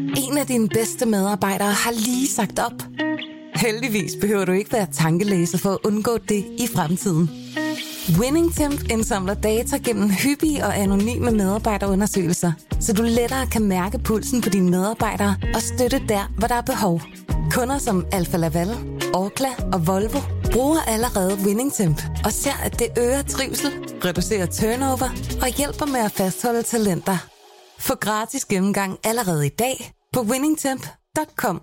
En af dine bedste medarbejdere har lige sagt op. Heldigvis behøver du ikke være tankelæser for at undgå det i fremtiden. WinningTemp indsamler data gennem hyppige og anonyme medarbejderundersøgelser, så du lettere kan mærke pulsen på dine medarbejdere og støtte der, hvor der er behov. Kunder som Alfa Laval, Orkla og Volvo bruger allerede WinningTemp og ser, at det øger trivsel, reducerer turnover og hjælper med at fastholde talenter. Få gratis gennemgang allerede i dag på winningtemp.com.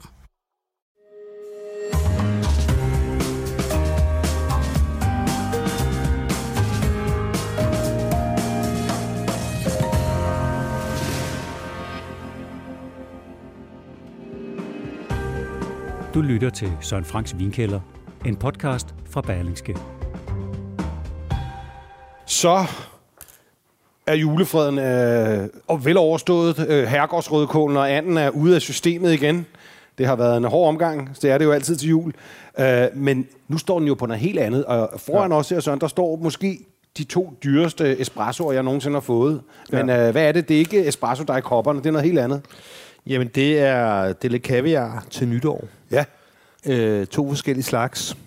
Du lytter til Søren Franks Vinkælder, en podcast fra Berlingske. Så er julefreden vel overstået. Herregårdsrødkålen og anden er ude af systemet igen. Det har været en hård omgang, så det er det jo altid til jul. Men nu står den jo på noget helt andet. Og foran os her, Søren, der står måske de 2 dyreste espressoer, jeg nogensinde har fået. Men hvad er det? Det er ikke espresso, der er i kopperne. Det er noget helt andet. Jamen, det er lidt kaviar til nytår. Ja. 2 forskellige slags.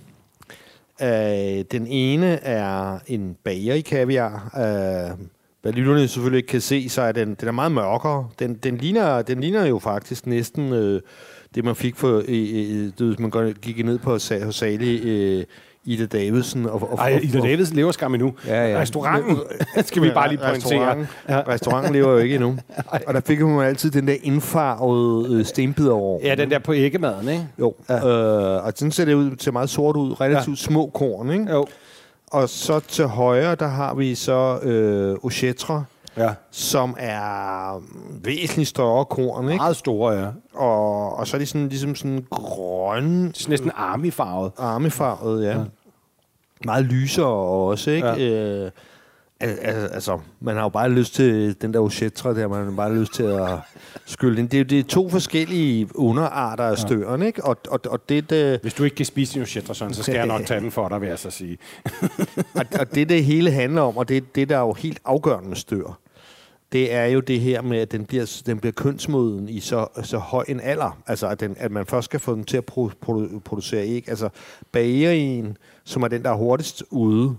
Den ene er en bager i kaviar. Hvad lytterne selvfølgelig ikke kan se, så er den er meget mørkere. Den ligner jo faktisk næsten det, man fik for, hvis man gik ned på hos Sali, Ida Davidsen. Ida Davidsen lever skam endnu. Ja. Restauranten skal vi bare lige pointere. Restauranten lever jo ikke endnu. Og der fik man altid den der indfarvede stenbider over. Ja, den der på æggemaden, ikke? Jo. Ja. Og sådan ser det ud til meget sort ud. Relativt små korn, ikke? Jo. Og så til højre, der har vi så Ochetre, som er væsentligt større korn, ikke? Meget store, ja. Og så er de sådan, ligesom sådan grønne. Det er næsten armifarvet. Armifarvet, ja. Meget lysere også, ikke? Ja. Altså, man har jo bare lyst til den der Ochetre der, man har bare lyst til at skylde ind. Det er 2 forskellige underarter af støren, ikke? Og det... Hvis du ikke kan spise din Ochetre, så skal jeg nok tage den for dig, vil jeg så sige. og det hele handler om, og det der er jo helt afgørende med stør, det er jo det her med, at den bliver kønsmoden i så høj en alder. Altså, at man først skal få den til at producere æg. Altså, bagerien, som er den, der er hurtigst ude,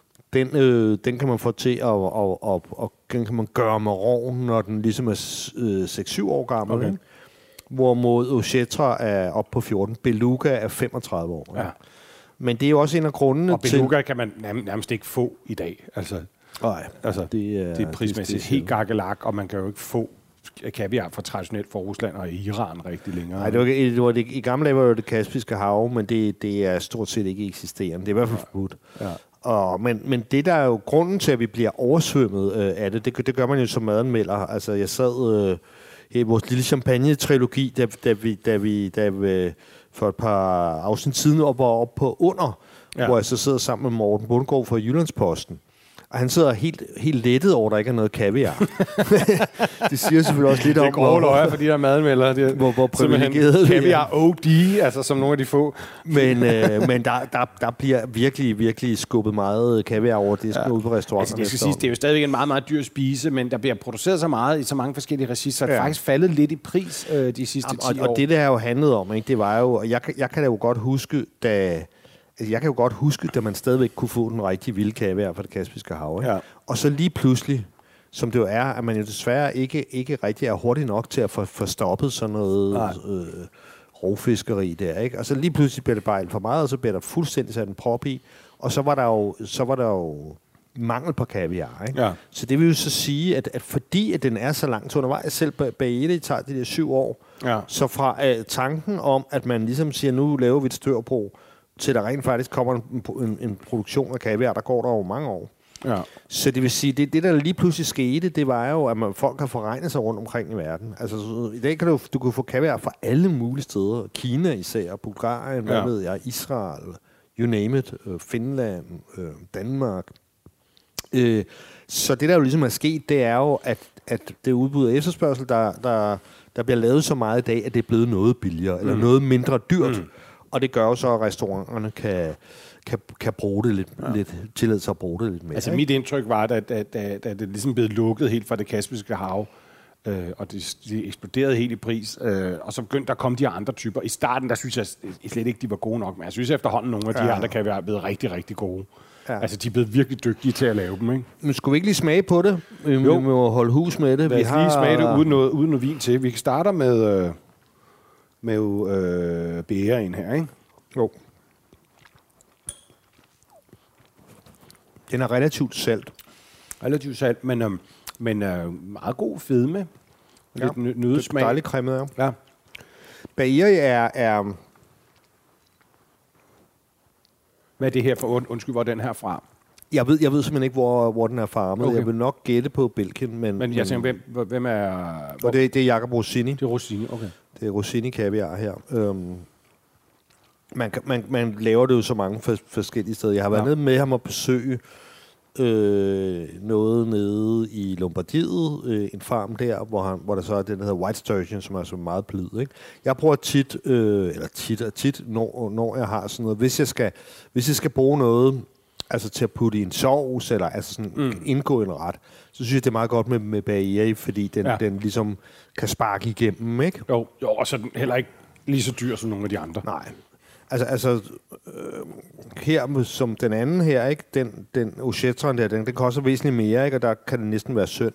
den kan man få til og den kan man gøre med rov, når den ligesom er 6-7 år gammel. Okay. Hvorimod Ochetre er op på 14. Beluga er 35 år. Ja. Men det er jo også en af grundene til... Og Beluga kan man nærmest ikke få i dag. Altså, nej, altså det er prismæssigt helt gakkelak, og man kan jo ikke få kaviar fra traditionelt fra Rusland og Iran rigtig længere. Nej, det var i gamle dage var det Kaspiske Hav, men det er stort set ikke eksisterende. Det er i hvert fald forbudt. Ja. Men det der er jo grunden til, at vi bliver oversvømmet af det gør man jo som madanmelder. Altså, jeg sad i vores lille champagne-trilogi, da vi for et par afsnit siden var oppe på under, hvor jeg så sidder sammen med Morten Bundgaard fra Jyllandsposten. Og han sidder helt lettet over, at der ikke er noget kaviar. Det siger selvfølgelig også lidt om... Det er grove løjer for de der madmelder. Hvor privilegeret kaviar OD, altså som nogle af de få. Men der bliver virkelig, virkelig skubbet meget kaviar over disken ude på restauranterne. Altså, det skal siges, det er jo stadigvæk en meget, meget dyr spise, men der bliver produceret så meget i så mange forskellige register, så det er faktisk faldet lidt i pris de sidste 10 år. Og det, der jo handlede om, ikke, det var jo... Jeg kan da jo godt huske, da man stadigvæk kunne få den rigtige vilde kaviar fra det Kaspiske Hav. Ikke? Ja. Og så lige pludselig, som det jo er, at man jo desværre ikke rigtig er hurtig nok til at få stoppet sådan noget rovfiskeri der. Ikke? Og så lige pludselig bliver det bare alt for meget, og så bliver der fuldstændig sat en prop i. Og så var der jo mangel på kaviar. Ikke? Ja. Så det vil jo så sige, at fordi at den er så langt undervejs, selv Baele tager de der 7 år, så fra tanken om, at man ligesom siger, nu laver vi et størbrug, til der rent faktisk kommer en produktion af kaviar, der går der over mange år. Ja. Så det vil sige, det der lige pludselig skete, det var jo, at folk kan forregne sig rundt omkring i verden. Altså, i dag kan du kan få kaviar fra alle mulige steder. Kina især, Bulgarien, hvad ved jeg, Israel, you name it, Finland, Danmark. Så det, der jo ligesom er sket, det er jo, at det udbud af efterspørgsel, der bliver lavet så meget i dag, at det er blevet noget billigere, eller noget mindre dyrt. Og det gør jo så, at restauranterne kan bruge det lidt, tillade sig at bruge det lidt mere. Altså mit indtryk var, at det ligesom blev lukket helt fra det Kaspiske Hav, Og det eksploderede helt i pris. Og så begyndte der at komme de andre typer. I starten, der synes jeg slet ikke, de var gode nok. Men jeg synes efterhånden, nogle af de andre kan være blevet rigtig, rigtig gode. Ja. Altså, de er blevet virkelig dygtige til at lave dem, ikke? Men skulle vi ikke lige smage på det? Vi må holde hus med det. Lad os lige smage det uden noget vin til. Vi starter med bæren her, ikke? Jo. Den er relativt salt. Relativt salt, men meget god fedme. Lidt nødesmag. Det er dejligt cremmet, ja. Bære er... Hvad er det her for undskyld, hvor er den her fra? Jeg ved simpelthen ikke, hvor den er farmet. Okay. Jeg vil nok gætte på Belgien, men jeg tænker, hvem er... Og det er Jacob Rossini. Det er Rossini, okay. Det er Rossini kaviar her. Man laver det jo så mange forskellige steder. Jeg har været nede med ham og besøge noget nede i Lombardiet, en farm der, hvor der så er den, der hedder White Sturgeon, som er så meget blid. Ikke? Jeg bruger tit, når jeg har sådan noget, hvis jeg skal bruge noget, altså til at putte i en sovs, eller altså sådan indgå i en ret, så synes jeg, det er meget godt med bære, fordi den ligesom kan sparke igennem, ikke? Jo, og så den heller ikke lige så dyr som nogle af de andre. Nej. Altså her som den anden her, ikke? Den Auchetron der, den koster væsentligt mere, ikke? Og der kan det næsten være synd.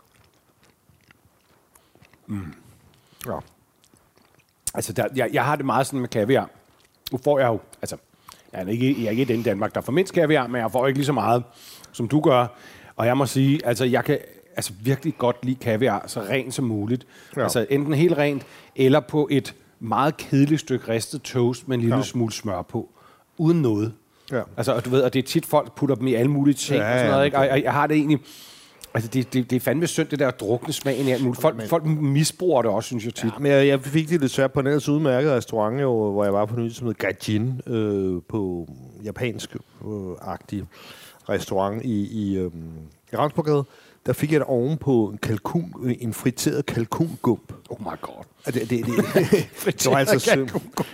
Ja. Altså, jeg har det meget sådan med kaviar. Nu får jeg jo, altså, jeg er ikke i den Danmark, der får mindst kaviar, men jeg får ikke lige så meget, som du gør. Og jeg må sige, altså, jeg kan virkelig godt lide kaviar, så rent som muligt. Ja. Altså, enten helt rent, eller på et meget kedeligt stykke ristet toast med en lille smule smør på. Uden noget. Ja. Altså, og du ved, og det er tit folk putter dem i alle mulige ting og sådan noget, ikke? Og jeg har det egentlig... Altså, det er fandme synd, det der at drukne smagen i alt muligt. Folk misbruger det også, synes jeg tit. Ja, men jeg fik det desværre på en ellers udmærket restaurant, jo, hvor jeg var på noget, som hedder Gaijin, på japansk-agtig restaurant i Ravnsborggade. Der fik jeg det oven på en friteret kalkungump. Oh my god. Det var altså synd.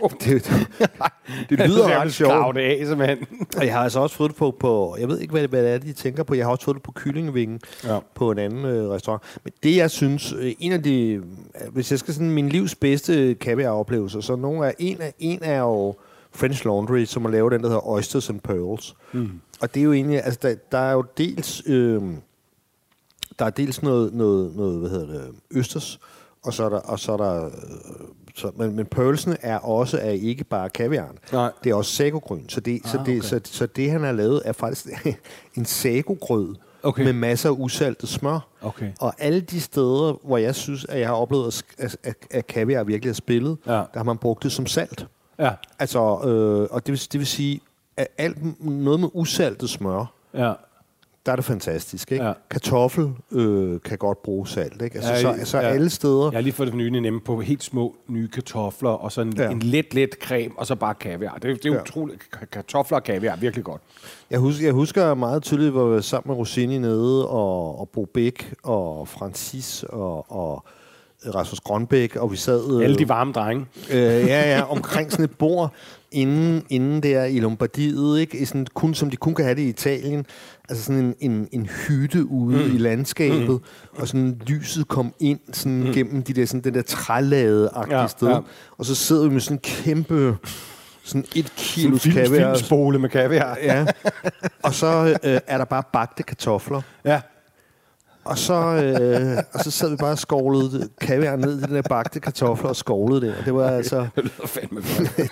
Det lyder ret sjovt. Det af, simpelthen. Og jeg har altså også fået det på jeg ved ikke, hvad det er, de tænker på. Jeg har også fået det på kyllingevingen på en anden restaurant. Men det, jeg synes, en af de... Hvis jeg skal sådan min livs bedste kaviar-oplevelser, så en er jo French Laundry, som har lavet den, der hedder Oysters and Pearls. Og det er jo egentlig... Altså, der er jo dels... Der er dels noget hvad hedder det, østers, og så er der men pearlsene er ikke bare kaviaren. Nej. Det er også sagogryn. Så det han har lavet er faktisk en sagogrød med masser af usaltet smør. Okay. Og alle de steder, hvor jeg synes, at jeg har oplevet, at kaviar virkelig har spillet, der har man brugt det som salt. Ja. Altså, og det vil sige, at noget med usaltet smør. Ja. Der er det fantastisk, ikke? Ja. Kartoffel kan godt bruge salt, ikke? Altså, så alle steder... Jeg har lige fået det for nylig nemme på helt små nye kartofler, og så en let creme, og så bare kaviar. Det er utroligt. Kartofler og kaviar er virkelig godt. Jeg husker meget tydeligt, hvor vi var sammen med Rossini nede, og Bo Bæk, og Francis, og Rasmus Grønbæk, og vi sad... Alle de varme drenge. Omkring sådan et bord, inden der i Lombardiet, ikke? Sådan, som de kun kan have det i Italien. Altså sådan en hytte ude i landskabet, og sådan lyset kom ind sådan gennem den der trælade-agtige sted. Ja. Og så sidder vi med sådan en kæmpe... Sådan 1 kilos kaviar. Filmspole med kaviar. Ja. Og så er der bare bagte kartofler. Ja. Og så sad vi bare og skovlede kaviar ned i de der bagte kartofler og skovlede det. Og det var altså... Det lyder fandme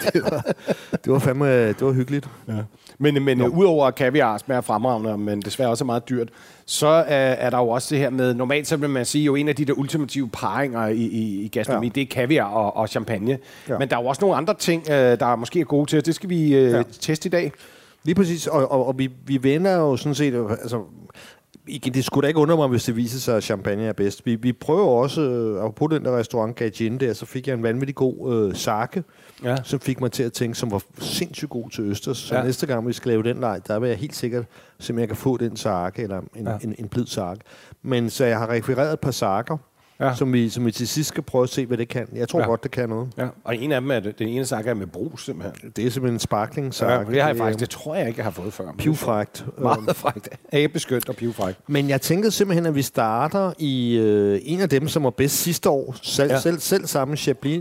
godt. det var hyggeligt. Ja. Men udover at kaviar smager fremragende, men desværre også meget dyrt, så er der jo også det her med... Normalt så vil man sige, jo en af de der ultimative paringer i gastronomi, det er kaviar og champagne. Ja. Men der er jo også nogle andre ting, der måske er gode til. Det skal vi teste i dag. Lige præcis. Og vi vender jo sådan set... Altså, det skulle da ikke undre mig, hvis det viser sig, at champagne er bedst. Vi prøver også, på den der restaurant Gaijin der, så fik jeg en vanvittig god sake, som fik mig til at tænke, som var sindssygt god til østers. Så næste gang, vi skal lave den leg, der vil jeg helt sikkert, simpelthen jeg kan få den sake, eller en blid sake. Men så jeg har rekvireret et par saker, som vi til sidst skal prøve at se, hvad det kan. Jeg tror godt, det kan noget. Ja. Og en af dem er den ene sake er med brus, simpelthen. Det er simpelthen en sparkling-sake. Det har jeg faktisk. Det tror jeg ikke, jeg har fået før. Pivfrægt. Meget frægt. Abeskønt og pivfrægt. Men jeg tænkte simpelthen, at vi starter i en af dem, som var bedst sidste år. Selv samme Chablis.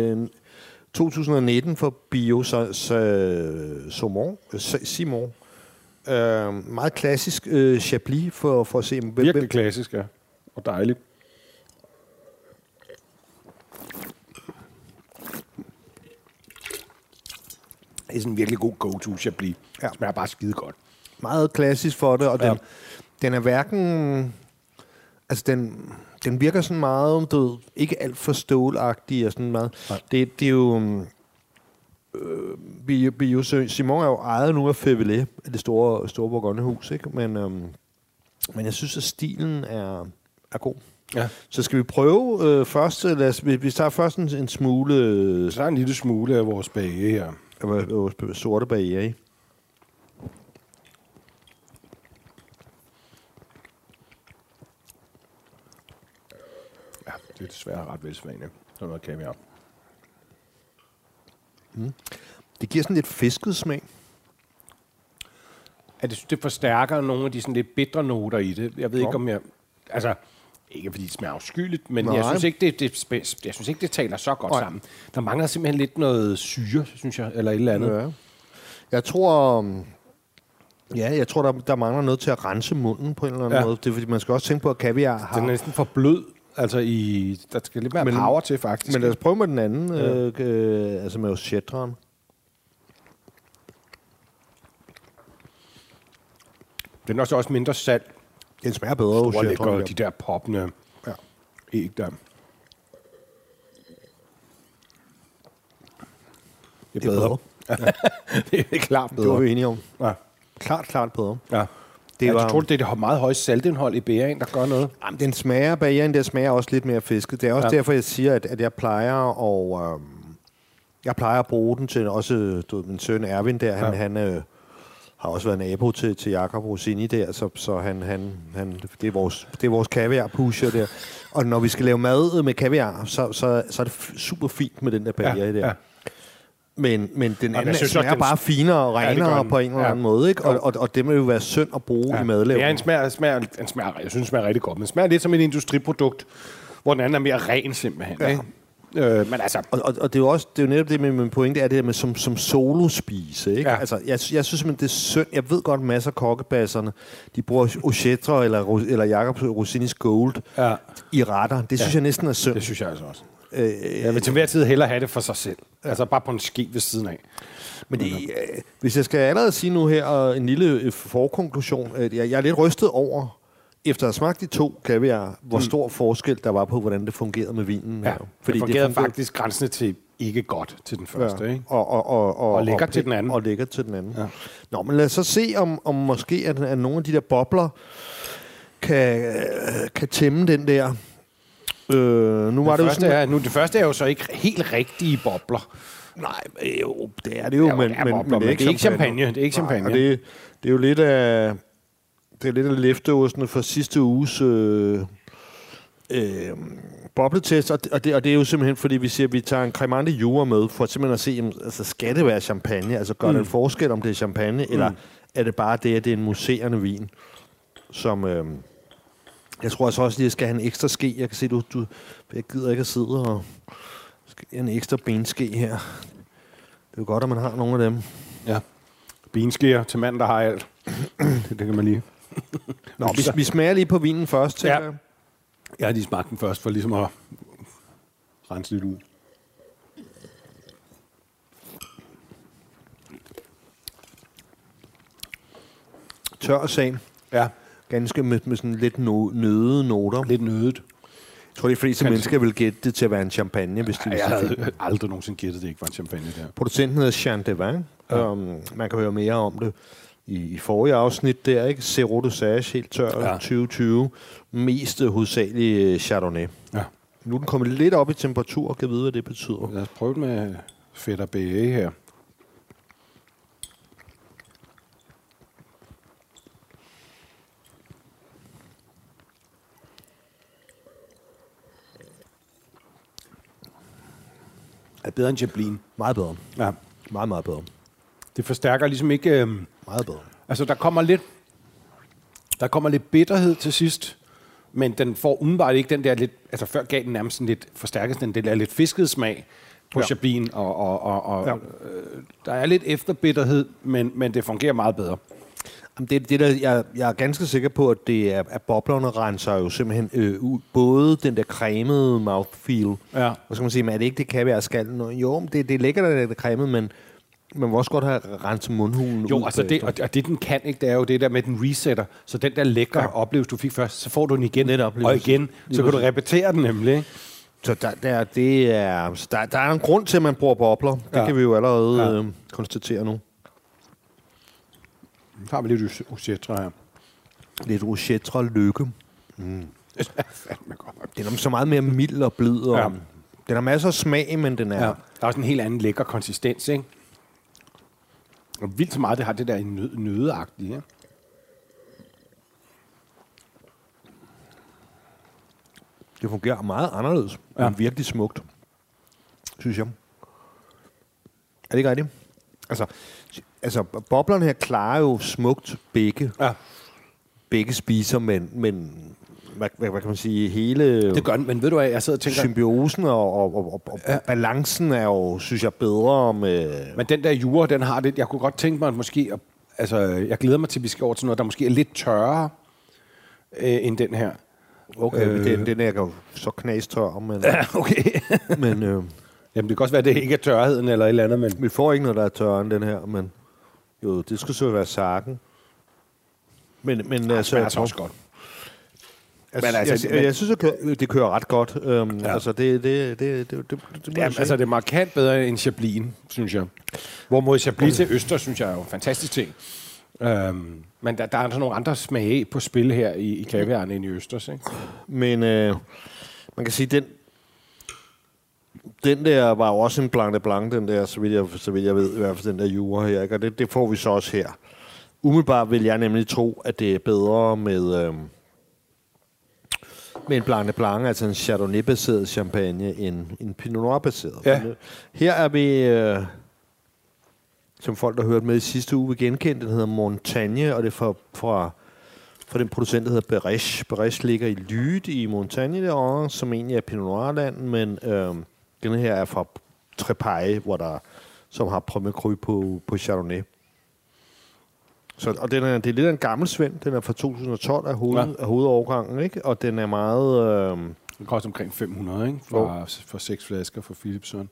2019 for Bio Simon. Meget klassisk Chablis for at se. Virkelig klassisk, ja. Og dejligt. Det er sådan en virkelig god go-to Chablis. Ja. Smager bare skide godt. Meget klassisk for det, og den er hverken... Altså, den virker sådan meget, ikke alt for stålagtig og sådan meget. Det er jo... Bio Simon er jo ejet nu af Faiveley, det store Bourgogne-hus, ikke? Men jeg synes, at stilen er god. Ja. Så skal vi prøve først... Vi tager først en smule... Så er en lille smule af vores bage her. Vores sorte bage, ikke? Ja, det er desværre ret velsmagende. Så noget kaviar. Det giver sådan lidt fisket smag. Det forstærker nogle af de sådan lidt bitre noter i det. Jeg ved ikke, om jeg... Altså, ikke fordi det smager afskyeligt, men jeg synes ikke, det taler så godt sammen. Der mangler simpelthen lidt noget syre, synes jeg, eller et eller andet. Ja. Jeg tror, der mangler noget til at rense munden på en eller anden måde. Det er, fordi man skal også tænke på, at kaviar har... Den er næsten for blød. Altså, der skal lidt mere power til, faktisk. Men lad os prøve med den anden, altså med Chedron. Den er også mindre salt. Den smager bedre. Store de der poppende æg der. Det er bedre. Det er klart bedre. Det var vi enige om. Ja. Klart bedre. Ja. Jeg tror, det er det meget høje saltindhold i bæren, der gør noget. Jamen, den smager, bæren, der smager også lidt mere fisket. Det er også derfor, jeg siger, at jeg plejer at bruge den til også min søn Erwin der. Han har også været nabo til Jakob Rossini der, så han det er vores kaviar-pusher der. Og når vi skal lave mad med kaviar, så er det super fint med den der bære der. Ja. Men den anden smager bare finere og renere på en eller anden måde, ikke? Og det må jo være synd at bruge i madlavning. Ja, jeg synes, den smager rigtig godt, men den smager lidt som et industriprodukt, hvor den anden er mere ren simpelthen. Ja. Men altså... Og det er jo også netop det med min pointe, er det der med som solospise, ikke? Ja. Altså, jeg synes simpelthen, det er synd. Jeg ved godt, masser af kokkebasserne, de bruger Auchetre eller Jacob Rossinis Gold i retter. Det synes jeg næsten er synd. Det synes jeg altså også. Jeg vil til hver tid hellere have det for sig selv. Altså bare på en ske ved siden af. Men hvis jeg skal allerede sige nu her en lille forkonklusion. Jeg er lidt rystet over, efter at have smagt de to kaviar, hvor stor forskel der var på, hvordan det fungerede med vinen. Ja, fordi det fungerede faktisk grænsende til ikke godt til den første. Ikke? Og lækker til den anden. Og lækker til den anden. Ja. Nå, men lad os så se, om måske at nogle af de der bobler kan tæmme den der... det første er jo så ikke helt rigtige bobler. Nej, jo, det er det jo, men det er ikke champagne. Det er ikke champagne. Nej, det er jo lidt af leftoversene fra sidste uges bobletest, og det er jo simpelthen, fordi vi siger, at vi tager en Cremant de Jura med, for simpelthen at se, altså, skal det være champagne? Altså, gør det en forskel, om det er champagne, eller er det bare det, at det er en museerende vin, som... Jeg tror altså også, at jeg skal have en ekstra ske. Jeg kan se, jeg gider ikke at sidde og... En ekstra benske her. Det er jo godt, at man har nogle af dem. Ja. Benskeer til manden, der har alt. det kan man lige. Nå, vi smager lige på vinen først, tænker jeg. Jeg har lige smagt den først, for ligesom at rense lidt ud. Tør og sag. Ja. Ganske med sådan lidt nøde noter. Lidt nødet. Jeg tror, de fleste mennesker vil gætte det til at være en champagne, hvis det jeg havde aldrig nogensinde gættet, det ikke var en champagne der. Producenten hedder Jean Devin. Man kan høre mere om det i forrige afsnit der, ikke? Zero Dosage, helt tør, 2020. Mest hovedsageligt Chardonnay. Ja. Nu er den kommet lidt op i temperatur, og kan vide, hvad det betyder. Lad os prøve det med Feta BA her. er bedre end Chablis. Meget bedre. Ja. Meget, meget bedre. Det forstærker ligesom ikke... Meget bedre. Altså, der kommer lidt bitterhed til sidst, men den får umiddelbart ikke den der lidt... Altså, før gav den nærmest sådan lidt forstærket, den der lidt fisket smag på Chablis, og der er lidt efterbitterhed, men det fungerer meget bedre. Det der, jeg er ganske sikker på, at det er, at boblerne renser jo simpelthen ud. Både den der cremede mouthfeel, Ja. og så kan man sige, men er det ikke det kaviar skal? Jo, det er lækkert, at det er cremet, men man må også godt have renset mundhulen Jo, ud. altså det, det den kan ikke, det er jo det der med, den resetter. Så den der lækre oplevelse, du fik først, så får du den igen, og igen. Så kan du repetere den nemlig. Så der er en grund til, at man bruger bobler. Det kan vi jo allerede konstatere nu. Så har vi lidt Uchetra her. Lidt Uchetra lykke. Det er fandme godt. Den er så meget mere mild og blid. Og den har masser af smag, men den er... Ja. Der er også en helt anden lækker konsistens, ikke? Og vildt så meget, det har det der nødeagtige, ikke? Det fungerer meget anderledes. Ja. Men virkelig smukt, synes jeg. Er det ikke rigtigt? Altså boblerne her klarer jo smukt begge spiser, men hvad kan man sige, hele... Det gør den, men ved du hvad, jeg sidder og tænker... Symbiosen og balancen er jo, synes jeg, bedre med... Men den der jura, den har det... Jeg kunne godt tænke mig, at måske... Altså, jeg glæder mig til, at vi skal over til noget, der måske er lidt tørrere end den her. Okay, den er jo så knastør, men... Okay. men jamen, det kan også være, at det ikke er tørheden eller et eller andet, men... Vi får ikke noget, der er tørre end den her, men... Jo, det skal så være saken. Men det smager så også godt. Jeg synes, det kører ret godt. Altså, det er markant bedre end Chablis, synes jeg. Hvorimod Chablis til øster, synes jeg er jo en fantastisk ting. Men der er altså nogle andre smage på spil her i kaviaren end i østers, ikke? Men man kan sige, den der var jo også en blanc de blanc, den der, så vidt jeg ved, i hvert fald den der jura her, ikke? Og det får vi så også her. Umiddelbart vil jeg nemlig tro, at det er bedre med en blanc de blanc, altså en Chardonnay-baseret champagne, end en Pinot Noir-baseret. Ja. Her er vi, som folk, der har hørt med i sidste uge, vil genkende, den hedder Montagne, og det er fra den producent, der hedder Beresh. Beresh ligger i Lyde i Montagne derovre, som egentlig er Pinot Noir-land, men den her er fra Trepaille, som har Premier Cru på Chardonnay. Og det er lidt af en gammel svend. Den er fra 2012 af hovedovergangen, ikke? Og den er meget... Den koster omkring 500, ikke? For 6 flasker fra Philipson.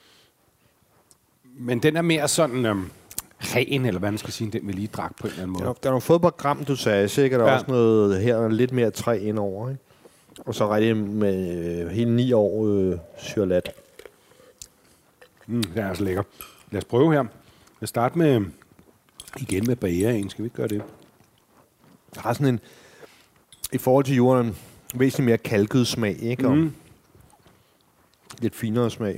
Men den er mere sådan ren, eller hvad man skal sige, den vi lige drak på en eller anden måde. Der er nogle fået par gram dosage, ikke? Og der er også noget her, lidt mere træ indover, ikke? Og så rigtig med hele 9 år syrlat. Det er altså lækker. Lad os prøve her. Jeg starter med... Igen med barrieren. Skal vi ikke gøre det? Der har sådan en... I forhold til jorden, væsentligt mere kalket smag, ikke? Og lidt finere smag.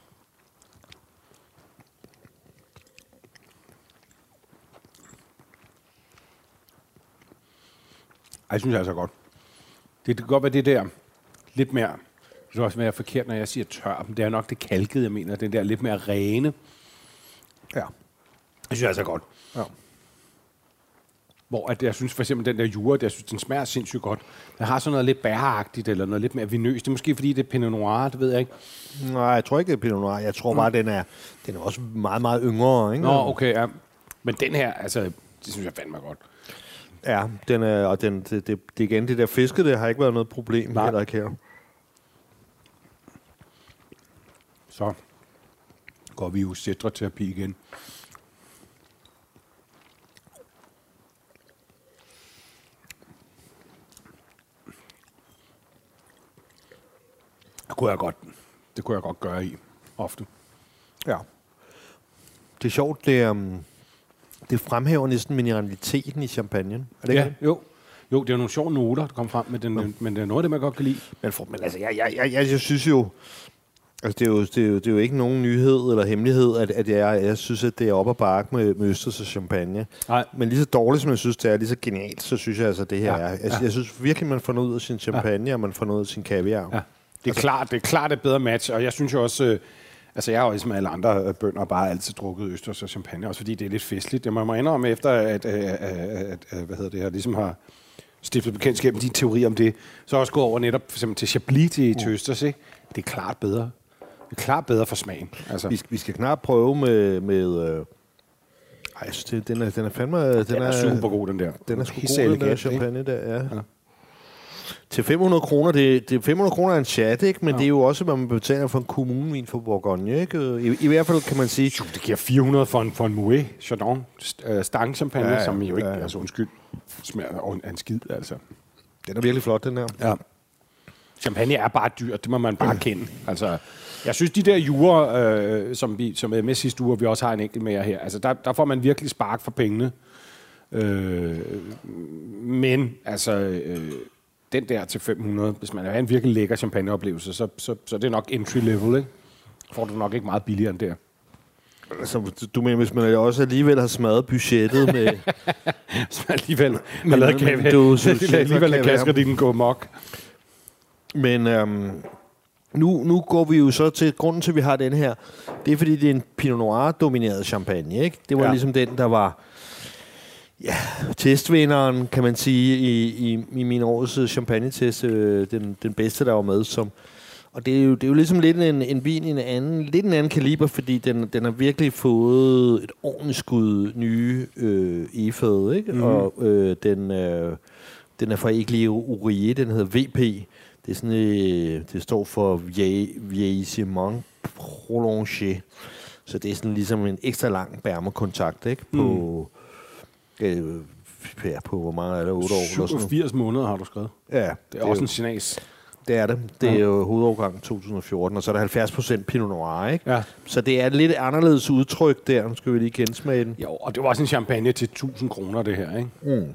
Jeg synes altså godt. Det kan godt være det der lidt mere... Det kan også være forkert, når jeg siger tør. Men det er nok det kalkede, jeg mener. Den der lidt mere rene. Ja. Jeg synes altså godt. Ja. Hvor at jeg synes for eksempel den der jura, jeg synes, den smager sindssygt godt. Den har sådan noget lidt bæragtigt, eller noget lidt mere vinøst. Det er måske fordi, det er Pinot Noir, det ved jeg ikke. Nej, jeg tror ikke, det er Pinot Noir. Jeg tror bare, den er også meget, meget yngre, ikke? Nå, okay, ja. Men den her, altså, det synes jeg fandme godt. Ja, den er, og det igen, det der fiske, det har ikke været noget problem. Nej. Heller ikke her. Så går vi jo Cetra-terapi igen. Det kunne jeg godt gøre i, ofte. Ja. Det er sjovt, det fremhæver næsten mineraliteten i champagnen. Er det ikke? Jo, det er nogle sjove noter, der kommer frem, men det er noget af det, man godt kan lide. Men altså, jeg synes jo, altså det er jo ikke nogen nyhed eller hemmelighed, at jeg synes, at det er op ad bakke med østers og champagne. Nej. Men lige så dårligt, som jeg synes, det er, lige så genialt, så synes jeg altså, det her er. Jeg synes virkelig, man får noget ud af sin champagne, og man får noget ud af sin kaviar. Ja. Det er klart et bedre match, og jeg synes jo også, Altså, jeg har jo ligesom alle andre bønder bare altid drukket østers og champagne, også fordi det er lidt festligt. Det må man indrømme efter, at hvad hedder det her, ligesom har stiftet bekendtskab med din teori om det, så også gået over netop for eksempel til Chablis til østers, ikke? Det er klart bedre. Det er klart bedre for smagen. Altså. Vi skal knap prøve med jeg synes, den er fandme... Den er super god, den der. Den er sgu god, den der champagne der, ja. Til 500 kroner, det er 500 kroner en chat, ikke? Men det er jo også, hvad man betaler for en kommunevin for Bourgogne, ikke? I hvert fald kan man sige... Jo, det giver 400 for en Moet Chardon stangchampagne, som jo ikke, altså undskyld, smager af en skid, altså. Den er virkelig flot, den der. Ja. Champagne er bare dyrt, det må man bare kende. Altså, jeg synes, de der jurer, som er med sidste uge, vi også har en enkelt med her, altså der får man virkelig spark for pengene. Men altså... den der til 500, hvis man har en virkelig lækker champagneoplevelse, så er det nok entry level, ikke? Får du nok ikke meget billigere end der. Altså, du mener, hvis man også alligevel har smadret budgettet med... hvis man alligevel har lavet kasgardinen gå mok. Men nu går vi jo så til... Grunden til, at vi har den her, det er, fordi det er en Pinot Noir-domineret champagne, ikke? Det var ligesom den, der var... Ja, testvinderen, kan man sige, i min års champagne-test, den bedste, der var med. Og det er jo ligesom lidt en vin i en anden kaliber, fordi den har virkelig fået et ordentligt skud nye efad, ikke? Mm-hmm. Og den er fra Église-Ourier, den hedder VP. Det er sådan, det står for Vieillissement Prolongé. Så det er sådan ligesom en ekstra lang bærmekontakt, ikke? På hvor mange er det? 8 år? 87 måneder har du skrevet. Ja. Det er også en sinas. Det er det. Det er jo hovedårgang 2014, og så er der 70% Pinot Noir, ikke? Ja. Så det er et lidt anderledes udtryk der. Nu skal vi lige gensmage den. Jo, og det var også en champagne til 1000 kroner, det her, ikke? Mm.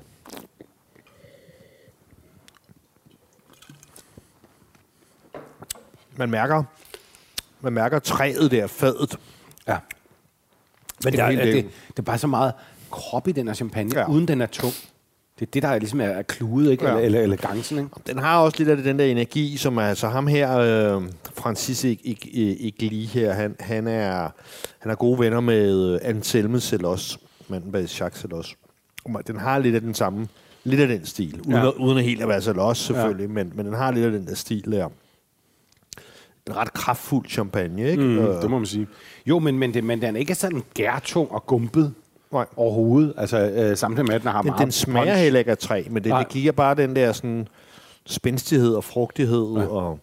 Man mærker træet der, fadet. Ja. Men det er bare så meget krop i den her champagne, uden den er tung. Det er det, der ligesom er kludet, ikke? Ja. Eller elegancen, ikke? Den har også lidt af den der energi, som er så ham her, Francis Egli her, han er gode venner med Anselme Celos, manden bag Jacques Celos. Den har lidt af den samme, lidt af den stil, uden at helt at være Celos selvfølgelig, men den har lidt af den der stil der. En ret kraftfuld champagne, ikke? Det må man sige. Jo, men den er ikke sådan gærtung og gumpet. Nej. Overhovedet, altså samtidig med, at den har meget den smager punch. Heller ikke af træ, men det giver bare den der sådan spændstighed og frugtighed. Og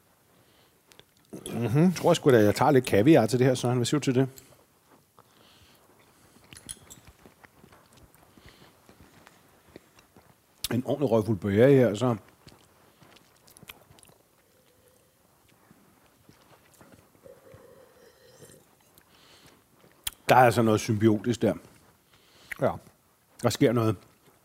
Jeg tror sgu da, jeg tager lidt kaviar til det her, Søren. Hvad siger du til det? En ordentlig røgfuld bøger her, så... Der er altså noget symbiotisk der. Ja. Der sker noget.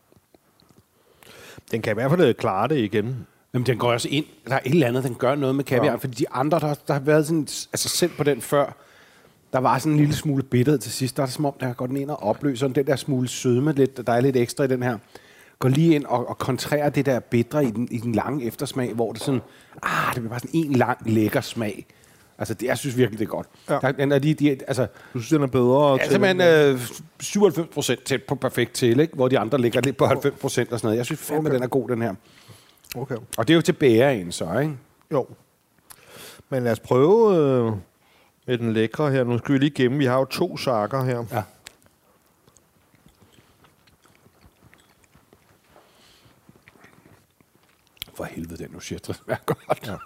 Den kan i hvert fald klare det igen. Jamen, den går også ind. Der er et eller andet, den gør noget med kaviar. Fordi de andre, der har været sådan... Altså, selv på den før, der var sådan en lille smule bitterhed til sidst. Der er det som om, der går den ind og opløser den der smule sødme lidt. Der er lidt ekstra i den her. Går lige ind og kontrærer det der bitre i den lange eftersmag, hvor det sådan... det bliver bare sådan en lang, lækker smag. Altså, jeg synes virkelig, det er godt. Ja. Den er altså, du synes, den er bedre? Altså, man 97% tæt på perfekt til, ikke? Hvor de andre ligger lidt på 90% og sådan noget. Jeg synes fandme, den er god, den her. Okay. Og det er jo til bæren, så, ikke? Jo. Men lad os prøve med den lækre her. Nu skal vi lige gemme. Vi har jo 2 sakker her. Ja. For helvede, den nu siger det er godt. Ja.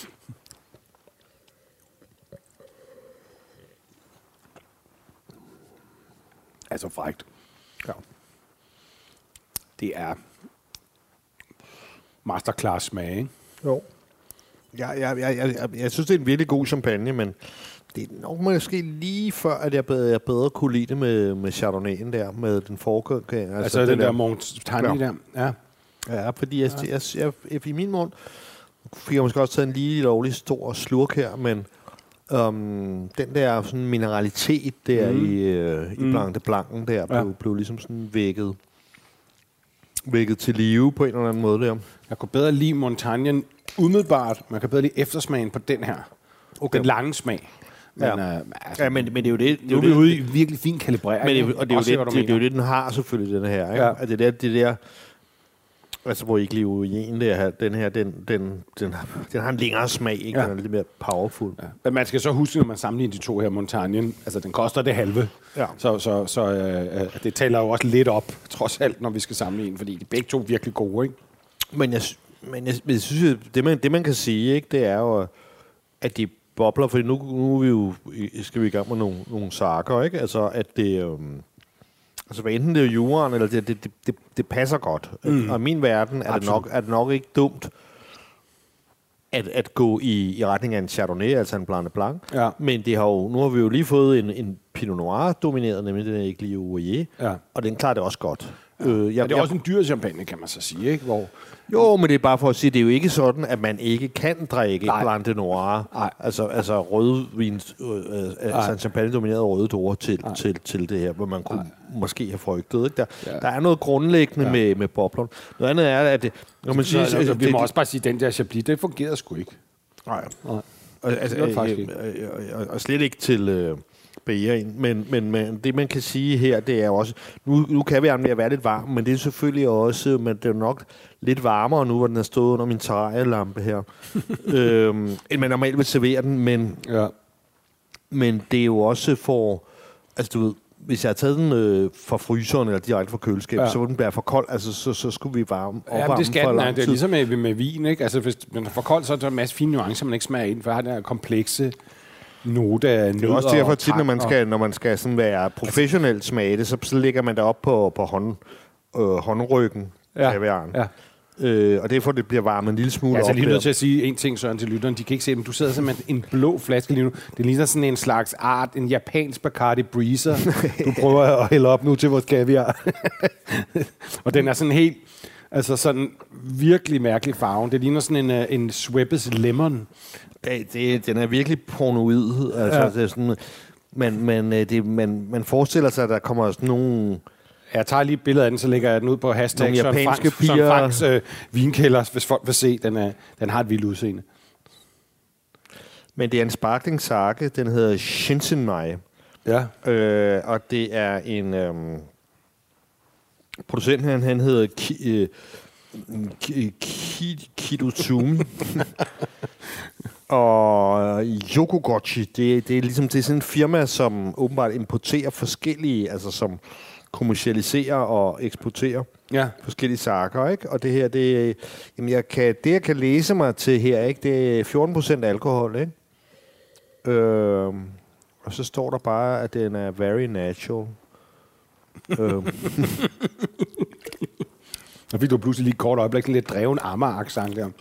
Altså frækt. Ja. Det er masterclass smag, ikke? Jo. Jeg synes, det er en virkelig god champagne, men det er nok måske lige før, at jeg bedre kunne lide det med Chardonnayen der, med den forgående. Altså den der Montagne der? Ja. Ja, fordi jeg i min mund fik jeg måske også taget en lige lovlig stor slurk her, men den der sådan mineralitet der i Blanc de Blanc'en der blev ligesom sådan vækket til live på en eller anden måde der. Jeg kunne bedre lide Montagnen umiddelbart, man kan bedre lide eftersmagen på den her. Okay. Den lange smag. Men, men det er jo det. Nu er vi ude i virkelig fin kalibrering. Men det er jo det, den har selvfølgelig, den her. Ikke? Ja. Det der altså, hvor ikke lige den her, den har en længere smag, ikke? Den er lidt mere powerful. Ja. Men man skal så huske, når man sammenligner de to her, Montagnen, altså den koster det halve. Ja. Så det taler jo også lidt op, trods alt, når vi skal sammenligne, fordi de begge to er virkelig gode, ikke? Men jeg synes, det man kan sige, ikke, det er jo, at de bobler, fordi nu er vi jo, skal vi i gang med nogle sager, ikke? Altså, at det... Altså, hvad enten det er juraen, eller det passer godt. Og i min verden er det nok ikke dumt at gå i retning af en Chardonnay, altså en Blanc. Ja. Men nu har vi jo lige fået en Pinot Noir domineret, nemlig den Églier, og den klarer det også godt. Ja. Det er også en dyr champagne, kan man så sige, ikke? Jo, men det er bare for at sige, det er jo ikke sådan, at man ikke kan drikke Blanc de Noir. Nej. Altså rødvin, altså en champagne-domineret røde druer til det her, hvor man kunne måske have frygtet. Ikke? Der er noget grundlæggende med boblerne. Noget andet er, at det... Når man siger, vi må også bare sige, at den der Chablis, det fungerede sgu ikke. Nej. Og slet ikke til... Men det, man kan sige her, det er også... Nu kan vi være lidt varm, men det er selvfølgelig også... Men det er nok lidt varmere nu, hvor den er stået under min terrarielampe her. End man normalt vil servere den, men det er jo også for... Altså, du ved, hvis jeg har taget den fra fryseren eller direkte fra køleskabet, så vil den blive for kold. Altså, så skulle vi opvarme det skal den. Det er ligesom med vin, ikke? Altså, hvis den er for kold, så er der en masse fine nuancer, man ikke smager ind, for har den her komplekse... Det er også derfor tit, når man skal sådan være professionelt smage det, så lægger man det op på håndryggen af og det er for, det bliver varmet en lille smule op. Jeg er lige nødt til at sige en ting, Søren, til lytteren. De kan ikke se dem. Du sidder simpelthen en blå flaske lige nu. Det ligner sådan en slags en japansk Bacardi Breezer. Du prøver at hælde op nu til vores kaviar. Og den er sådan helt... Altså sådan virkelig mærkelig farven. Det ligner sådan en Schweppes Lemon. Den er virkelig pornoid. Altså, det er sådan, man forestiller sig, at der kommer sådan nogle... Jeg tager lige et billede af den, så lægger jeg den ud på hashtag Søren Franks vinkælder, hvis folk vil se. Den har et vildt udseende. Men det er en sparkling sake. Den hedder Shinsenmai. Ja. Og det er en... producenten, han hedder Kidotsumi. Og Yokogochi, det er ligesom sådan en firma, som åbenbart importerer forskellige, altså som kommercialiserer og eksporterer forskellige saker, ikke? Og det her, jeg kan læse mig til her, ikke? Det er 14% alkohol, ikke? Og så står der bare, at den er very natural. Så fik du pludselig lige et kort øjeblik lidt dreven Amager-accent der.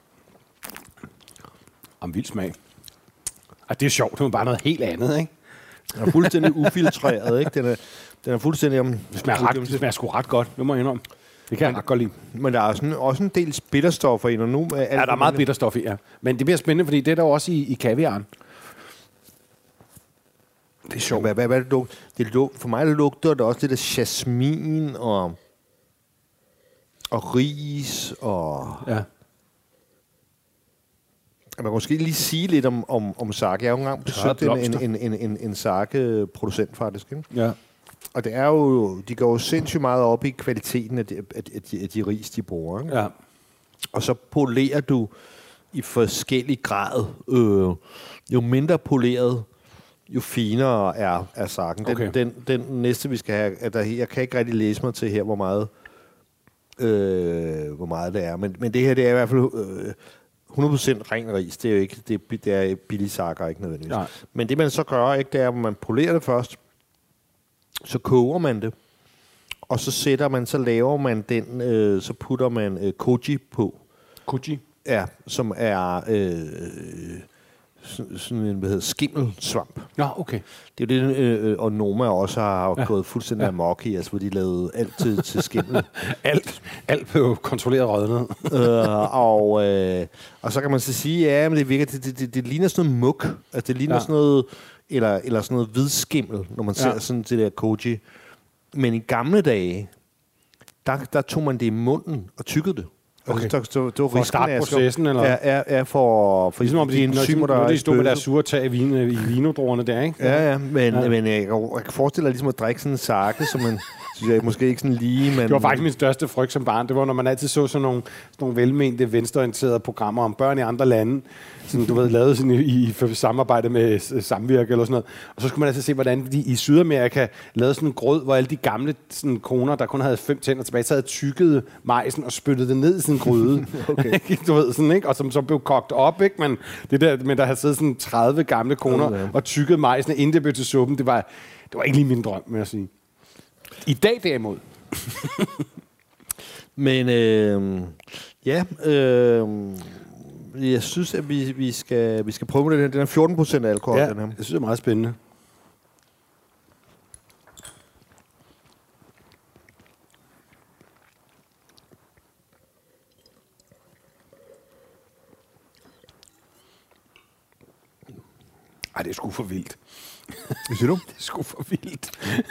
Om vild smag. Og det er sjovt, det er bare noget helt andet, ikke? Den er fuldstændig ufiltreret, ikke? Den er fuldstændig... Det smager sgu ret godt, det må jeg indrømme. Det kan jeg ret godt lide. Men der er også en del bitterstoffer i, og nu... der er meget bitterstof i, ja. Men det bliver spændende, fordi det er der også i kaviaren. Det er sjovt. Hvad er det for mig lugter det også lidt af jasmin og ris og... Ja. Man kan måske lige sige lidt om sake. Jeg har jo engang besøgt en sake-producent faktisk. Ikke? Ja. Og det er jo, de går jo sindssygt meget op i kvaliteten af de ris, de bruger. Ikke? Ja. Og så polerer du i forskellig grad. Jo mindre poleret, jo finere er saken. Okay. Den næste, vi skal have, jeg kan ikke rigtig læse mig til her, hvor meget det er. Men det her, det er i hvert fald 100% ren ris. Det er jo ikke, det er billig sakker, ikke nødvendigvis. Nej. Men det man så gør, ikke, det er, at man polerer det først, så koger man det, og så laver man den, så putter man koji på. Koji? Ja, som er sådan en, skimmelsvamp. Ja, okay. Det er jo det, og Noma også har gået fuldstændig amok i, altså hvor de lavede alt til skimmel. alt på kontrolleret rødnet. Og så kan man så sige, ja, men det virker, det ligner sådan noget muk. Altså det ligner sådan noget, eller sådan noget hvidskimmel, når man ser sådan det der koji. Men i gamle dage, der tog man det i munden og tykkede det. Okay. Det var for at starte processen, eller? Ja, for ligesom om de enzymer, der de stod med deres sure tag i vinodruerne der, ikke? Ja, men jeg kan forestille dig ligesom at drikke sådan en sake, som man synes jeg måske ikke sådan lige... Men det var faktisk min største frygt som barn. Det var, når man altid så sådan nogle velmente, venstreorienterede programmer om børn i andre lande, som du ved, lavet sådan i samarbejde med Samvirke eller sådan noget. Og så skulle man altså se, hvordan de i Sydamerika lavede sådan en grød, hvor alle de gamle sådan, koner, der kun havde 5 tænder tilbage, så havde tykket majsen og spyttede det ned i sådan en gryde. Okay. Du ved, sådan, ikke? Og som så blev kogt op, ikke? Men det der, men der havde siddet sådan 30 gamle koner og tykket majsen, inden det blev til suppen, det var ikke lige min drøm, vil jeg sige. I dag derimod. Men jeg synes, at vi skal prøve det her. Den er 14% alkohol, ja, den her. Jeg synes, det er meget spændende. Ej, det er sgu for vildt. Hvad siger du? Det er sgu for vildt.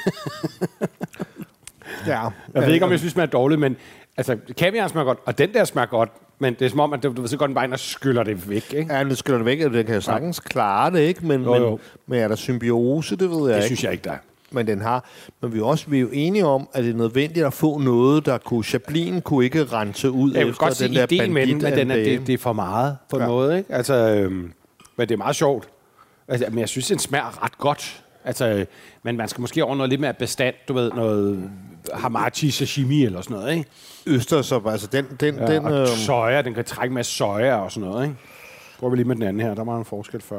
Ja. Jeg ved ikke, om jeg synes, det smager dårligt, men altså, kaviar smager godt, og den der smager godt, men det er som om, at du ved så godt, den bare ind og skyller det væk, ikke? Ja, den skyller det væk, og det kan jo sagtens klare det, ikke? Men er der symbiose, det ved jeg ikke. Det synes jeg ikke, der er. Men den har. Men vi er jo enige om, at det er nødvendigt at få noget, der kunne... Chablin kunne ikke rense ud jeg efter godt den der ideen med den, bandit. men det er for meget på en måde, ikke? Altså, men det er meget sjovt. Altså, men jeg synes, den smager ret godt. Altså, men man skal måske over noget lidt mere bestand, du ved, noget hamachi sashimi eller sådan noget, ikke? Østers, altså den soja, den kan trække en masse soja og sådan noget, ikke? Prøver vi lige med den anden her, der var en forskel før.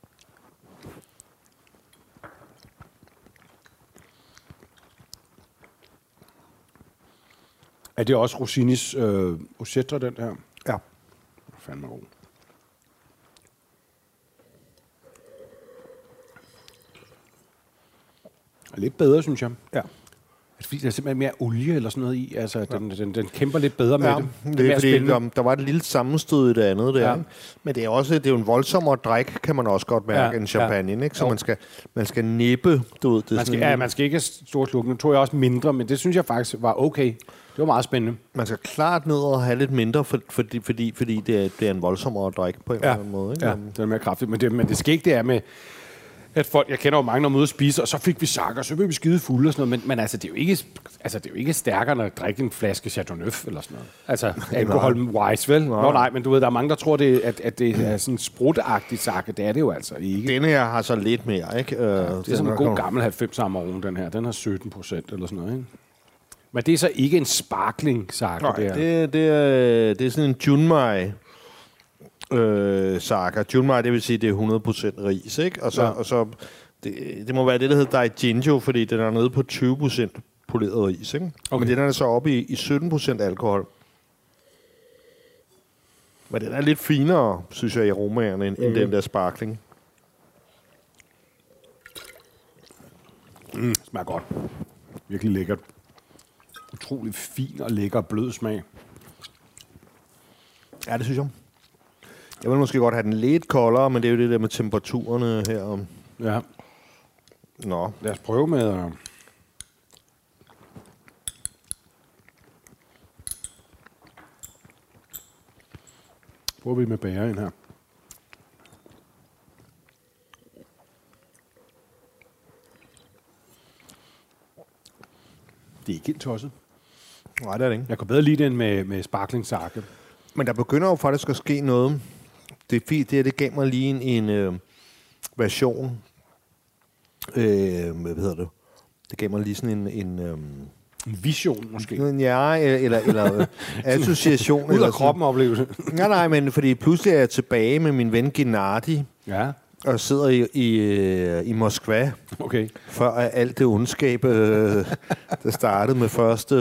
Er det også Rossinis Ocetra, den her? Ja. Fandme god. Lidt bedre, synes jeg. Ja. Fordi der er simpelthen mere olie eller sådan noget i. Altså, den kæmper lidt bedre med det. Det er fordi, der var et lille sammenstød i det andet der. Ja. Men det er jo en voldsommere drik, kan man også godt mærke, end champagne, ikke? Så man skal nippe, du ved. Man skal ikke have store sluk. Nu tog jeg også mindre, men det synes jeg faktisk var okay. Det var meget spændende. Man skal klart ned og have lidt mindre, fordi det er en voldsommere drik på en eller anden måde, ikke? Ja, det er mere kraftigt. Men det skægge, det er med... at folk, jeg kender jo mange, der møder og spiser, og så fik vi sakker, og så blev vi skide fulde og sådan noget, men altså, det er jo ikke stærkere, end at drikke en flaske Chateauneuf eller sådan noget. Altså, alkohol-wise, vel? Nej, men du ved, der er mange, der tror, at det er sådan en sprutagtigt sakke. Det er det jo altså ikke. Denne her har så lidt mere, ikke? Det er sådan en god gammel 90 Amarone, den her. Den har 17% eller sådan noget, ikke? Men det er så ikke en sparkling-sakke, det er sådan en Junmai sakker. Junmai, det vil sige, det er 100% ris, ikke? Og så det må være det, der hedder Daijinjo, fordi den er nede på 20% poleret ris, ikke? Okay. Men den er så oppe i 17% alkohol. Men den er lidt finere, synes jeg, i aromaerne, end den der sparkling. Smager godt. Virkelig lækkert. Utrolig fin og lækker blød smag. Ja, det synes jeg. Jeg vil måske godt have den lidt koldere, men det er jo det der med temperaturerne her. Ja. Nå. Lad os prøve med... Prøver vi med bæren her. Det er ikke helt tosset. Nej, det er det ikke. Jeg kan bedre lide den med sparkling-sakke. Men der begynder jo faktisk at ske noget. Det er fint, det gav mig lige en version. Hvad hedder det? Det gav mig lige sådan en vision, måske? Ja, eller association. Ud af kroppen oplevelse. Nej, men fordi pludselig er jeg tilbage med min ven Gennady. Ja. Og sidder i Moskva. Okay. Før alt det ondskab, der startede med første...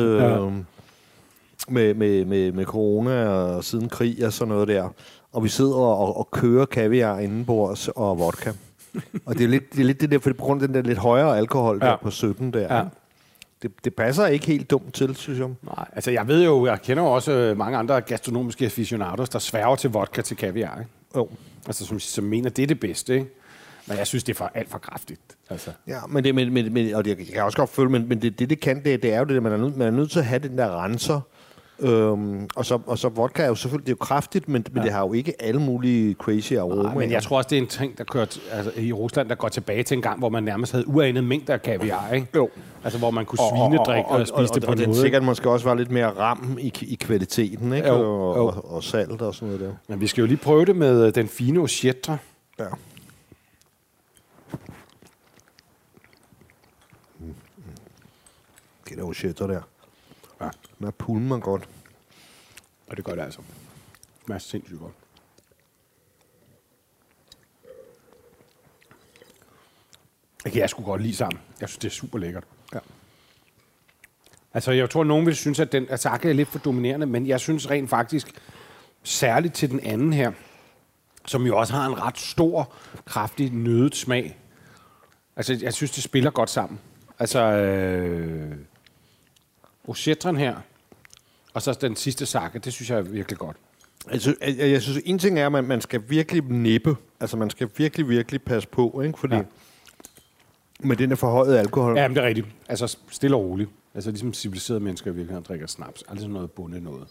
Med corona og siden krig og sådan noget der. Og vi sidder og kører kaviar indenbords og vodka. Og det er lidt det der, for på grund af den der lidt højere alkohol der på 17 der. Ja. Det passer ikke helt dumt til, synes jeg. Nej, altså jeg kender jo også mange andre gastronomiske aficionados, der sværger til vodka til kaviar, ikke? Jo. Altså som mener, det er det bedste, ikke? Men jeg synes, det er alt for kraftigt. Altså. Ja, men og jeg kan også godt føle, men det kan, det er jo det, man er nødt til at have den der renser Og så vodka er jo selvfølgelig, det er jo kraftigt, men det har jo ikke alle mulige crazy aromaer. Men jeg tror også, det er en ting, der kører i Rusland, der går tilbage til en gang, hvor man nærmest havde uanede mængder af kaviar, ikke? Jo. Altså, hvor man kunne svinedrikke og spise det på noget. Og den sikkert måske også var lidt mere ram i kvaliteten, ikke? Og salt og sådan noget der. Men vi skal jo lige prøve det med den fine Ochetre. Ja. Det der Ochetre der. Ja. Den pulmer man godt. Og det gør det altså. Det er sindssygt godt. Det kan jeg sgu godt lide sammen. Jeg synes, det er super lækkert. Ja. Altså, jeg tror, nogen vil synes, at den Asahi er lidt for dominerende, men jeg synes rent faktisk, særligt til den anden her, som jo også har en ret stor, kraftig, nødet smag. Altså, jeg synes, det spiller godt sammen. Altså, Ochetren her, og så den sidste Sake, det synes jeg er virkelig godt. Altså, jeg synes, en ting er, at man skal virkelig nippe. Altså, man skal virkelig, virkelig passe på, ikke? Fordi med den er forhøjet alkohol. Ja, men det er rigtigt. Altså, stille og roligt. Altså, ligesom civiliserede mennesker virkelig drikker snaps. Altså sådan noget bundet noget.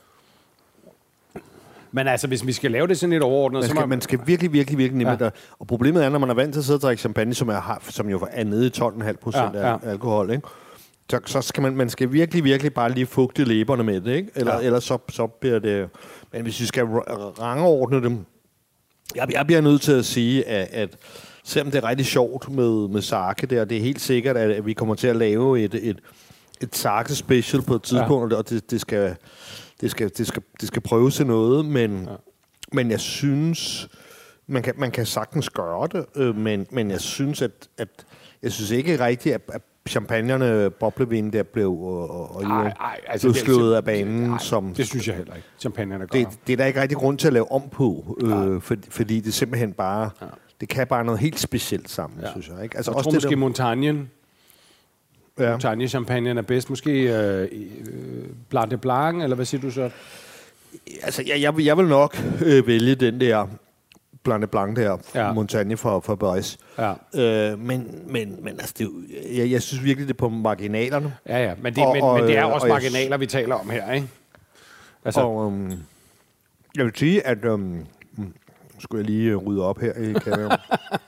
Men altså, hvis vi skal lave det sådan lidt overordnet... Man skal virkelig, virkelig, virkelig nippe der. Og problemet er, når man er vant til at sidde og drikke champagne, som jo er nede i 12,5% af alkohol, ikke? Så skal man skal virkelig, virkelig bare lige fugte læberne med det, ikke? Ellers så bliver det... Men hvis vi skal rangordne dem... Jeg bliver nødt til at sige, at selvom det er rigtig sjovt med sake der, det er helt sikkert, at vi kommer til at lave et sake special på et tidspunkt, og det skal prøve til noget, men jeg synes, man kan sagtens gøre det, men jeg synes, at jeg synes ikke rigtigt, at champagnerne, boblevin, der blev slået af banen. Det synes jeg heller ikke. Champagnerne gør. Det er der ikke rigtig grund til at lave om på, fordi det simpelthen bare... Ja. Det kan bare noget helt specielt sammen, synes jeg. Ikke? Altså, jeg tror også måske Montagne champagne er bedst. Måske Blanc de Blanc, eller hvad siger du så? Altså, jeg vil nok vælge den der Blanc de Blanc der, Montagne fra Paris. Ja. Men altså, jeg synes virkelig, det er på marginalerne. Ja, men det er også marginaler, vi taler om her, ikke? Altså. Jeg vil sige, at... skulle jeg lige rydde op her i kameraet.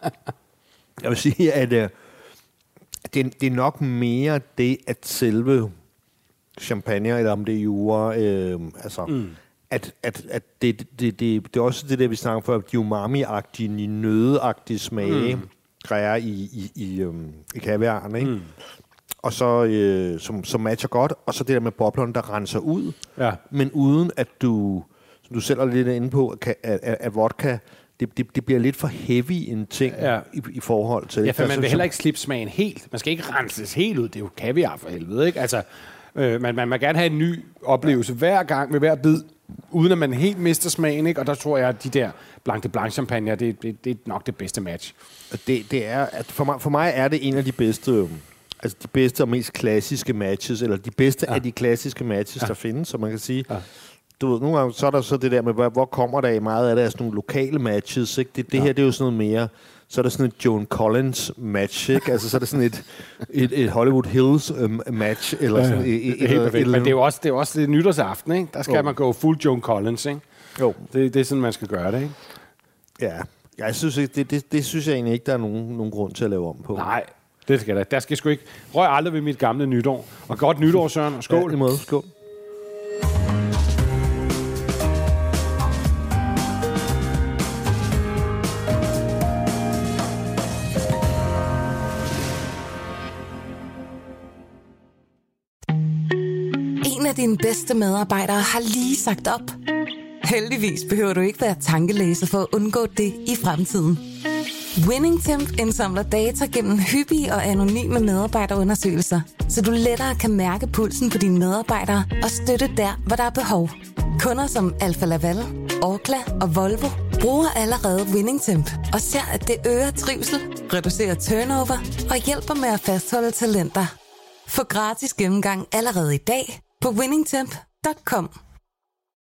Jeg vil sige, at det er nok mere det, at selve champagne, eller om det er jura, at det er også det der, vi snakker for, de umami-agtige, nødeagtige smage, grærer i kaviaren, ikke? Og så, som matcher godt, og så det der med boblerne, der renser ud, men uden at du selv er lidt inde på, at vodka, det bliver lidt for heavy en ting i forhold til... Ja, for man vil heller ikke slippe smagen helt. Man skal ikke renses helt ud. Det er jo kaviar for helvede, ikke? Altså, man må gerne have en ny oplevelse hver gang med hver bid, uden at man helt mister smagen, ikke? Og der tror jeg, at de der Blanc de Blanc champagne, det er nok det bedste match. Det er, at for mig er det en af de bedste... Altså de bedste og mest klassiske matches, eller de bedste af de klassiske matches, der findes, så man kan sige... Du ved, nogle gange så er der så det der med, hvor kommer der i meget af det af sådan nogle lokale matches, ikke? Det her, det er jo sådan noget mere, så er der sådan et Joan Collins match, ikke? Altså, så er der sådan et Hollywood Hills match, eller sådan men det er jo også det nytårsaften, ikke? Der skal man gå fuld Joan Collins, ikke? Jo. Det er sådan, man skal gøre det, ikke? Ja, jeg synes ikke, det synes jeg egentlig ikke, der er nogen grund til at lave om på. Nej, det skal der skal sgu ikke. Røg aldrig ved mit gamle nytår. Og godt nytår, Søren, og skål. Ja, i måde. Skål. En af dine bedste medarbejdere har lige sagt op. Heldigvis behøver du ikke være tankelæser for at undgå det i fremtiden. WinningTemp indsamler data gennem hyppige og anonyme medarbejderundersøgelser, så du lettere kan mærke pulsen på dine medarbejdere og støtte der, hvor der er behov. Kunder som Alfa Laval, Orkla og Volvo bruger allerede WinningTemp og ser, at det øger trivsel, reducerer turnover og hjælper med at fastholde talenter. Få gratis gennemgang allerede i dag på winningtemp.com.